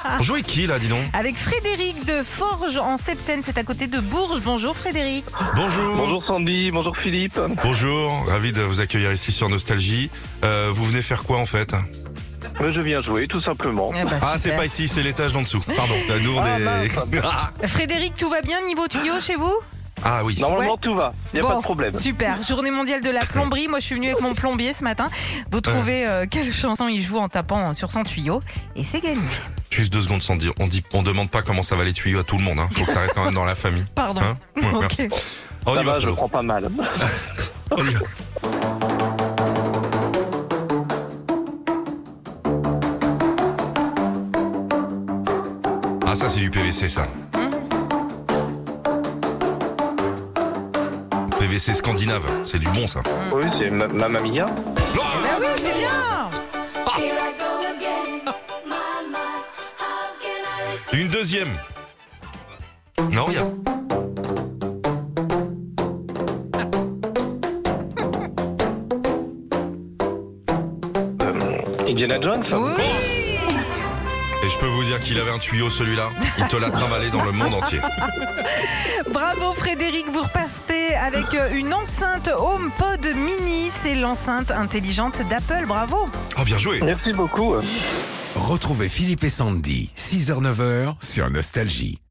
On joue avec qui là, dis donc? Avec Frédéric de Forges en Septenne, c'est à côté de Bourges. Bonjour Frédéric. Bonjour. Bonjour Sandy, bonjour Philippe. Bonjour, ravi de vous accueillir ici sur Nostalgie. Vous venez faire quoi en fait? Je viens jouer tout simplement. Eh ben, Ah, super. c'est pas ici, c'est l'étage d'en dessous. Pardon, nous on est... Frédéric, tout va bien niveau tuyau chez vous? Ah oui. Normalement Ouais. tout va, il n'y a pas de problème. Super, journée mondiale de la plomberie. Moi je suis venue avec mon plombier ce matin. Vous trouvez quelle chanson il joue en tapant sur son tuyau et c'est gagné. Juste 2 secondes sans dire. On demande pas comment ça va les tuyaux à tout le monde. Faut que ça reste quand même dans la famille. Pardon. Hein Ouais, Ok. ouais. On Ça y va, va, je Flo. prends pas mal. On y va. Ah ça c'est du PVC ça. PVC scandinave, c'est du bon ça. Oui, c'est Mamma Mia. Ben oui, c'est bien. Une deuxième. Non, il y a... Indiana Jones. Oui. Et je peux vous dire qu'il avait un tuyau celui-là. Il te l'a trimballé dans le monde entier. Bravo Frédéric, vous repartez avec une enceinte HomePod Mini. C'est l'enceinte intelligente d'Apple. Bravo. Oh bien joué. Merci beaucoup. Retrouvez Philippe et Sandy, 6h-9h sur Nostalgie.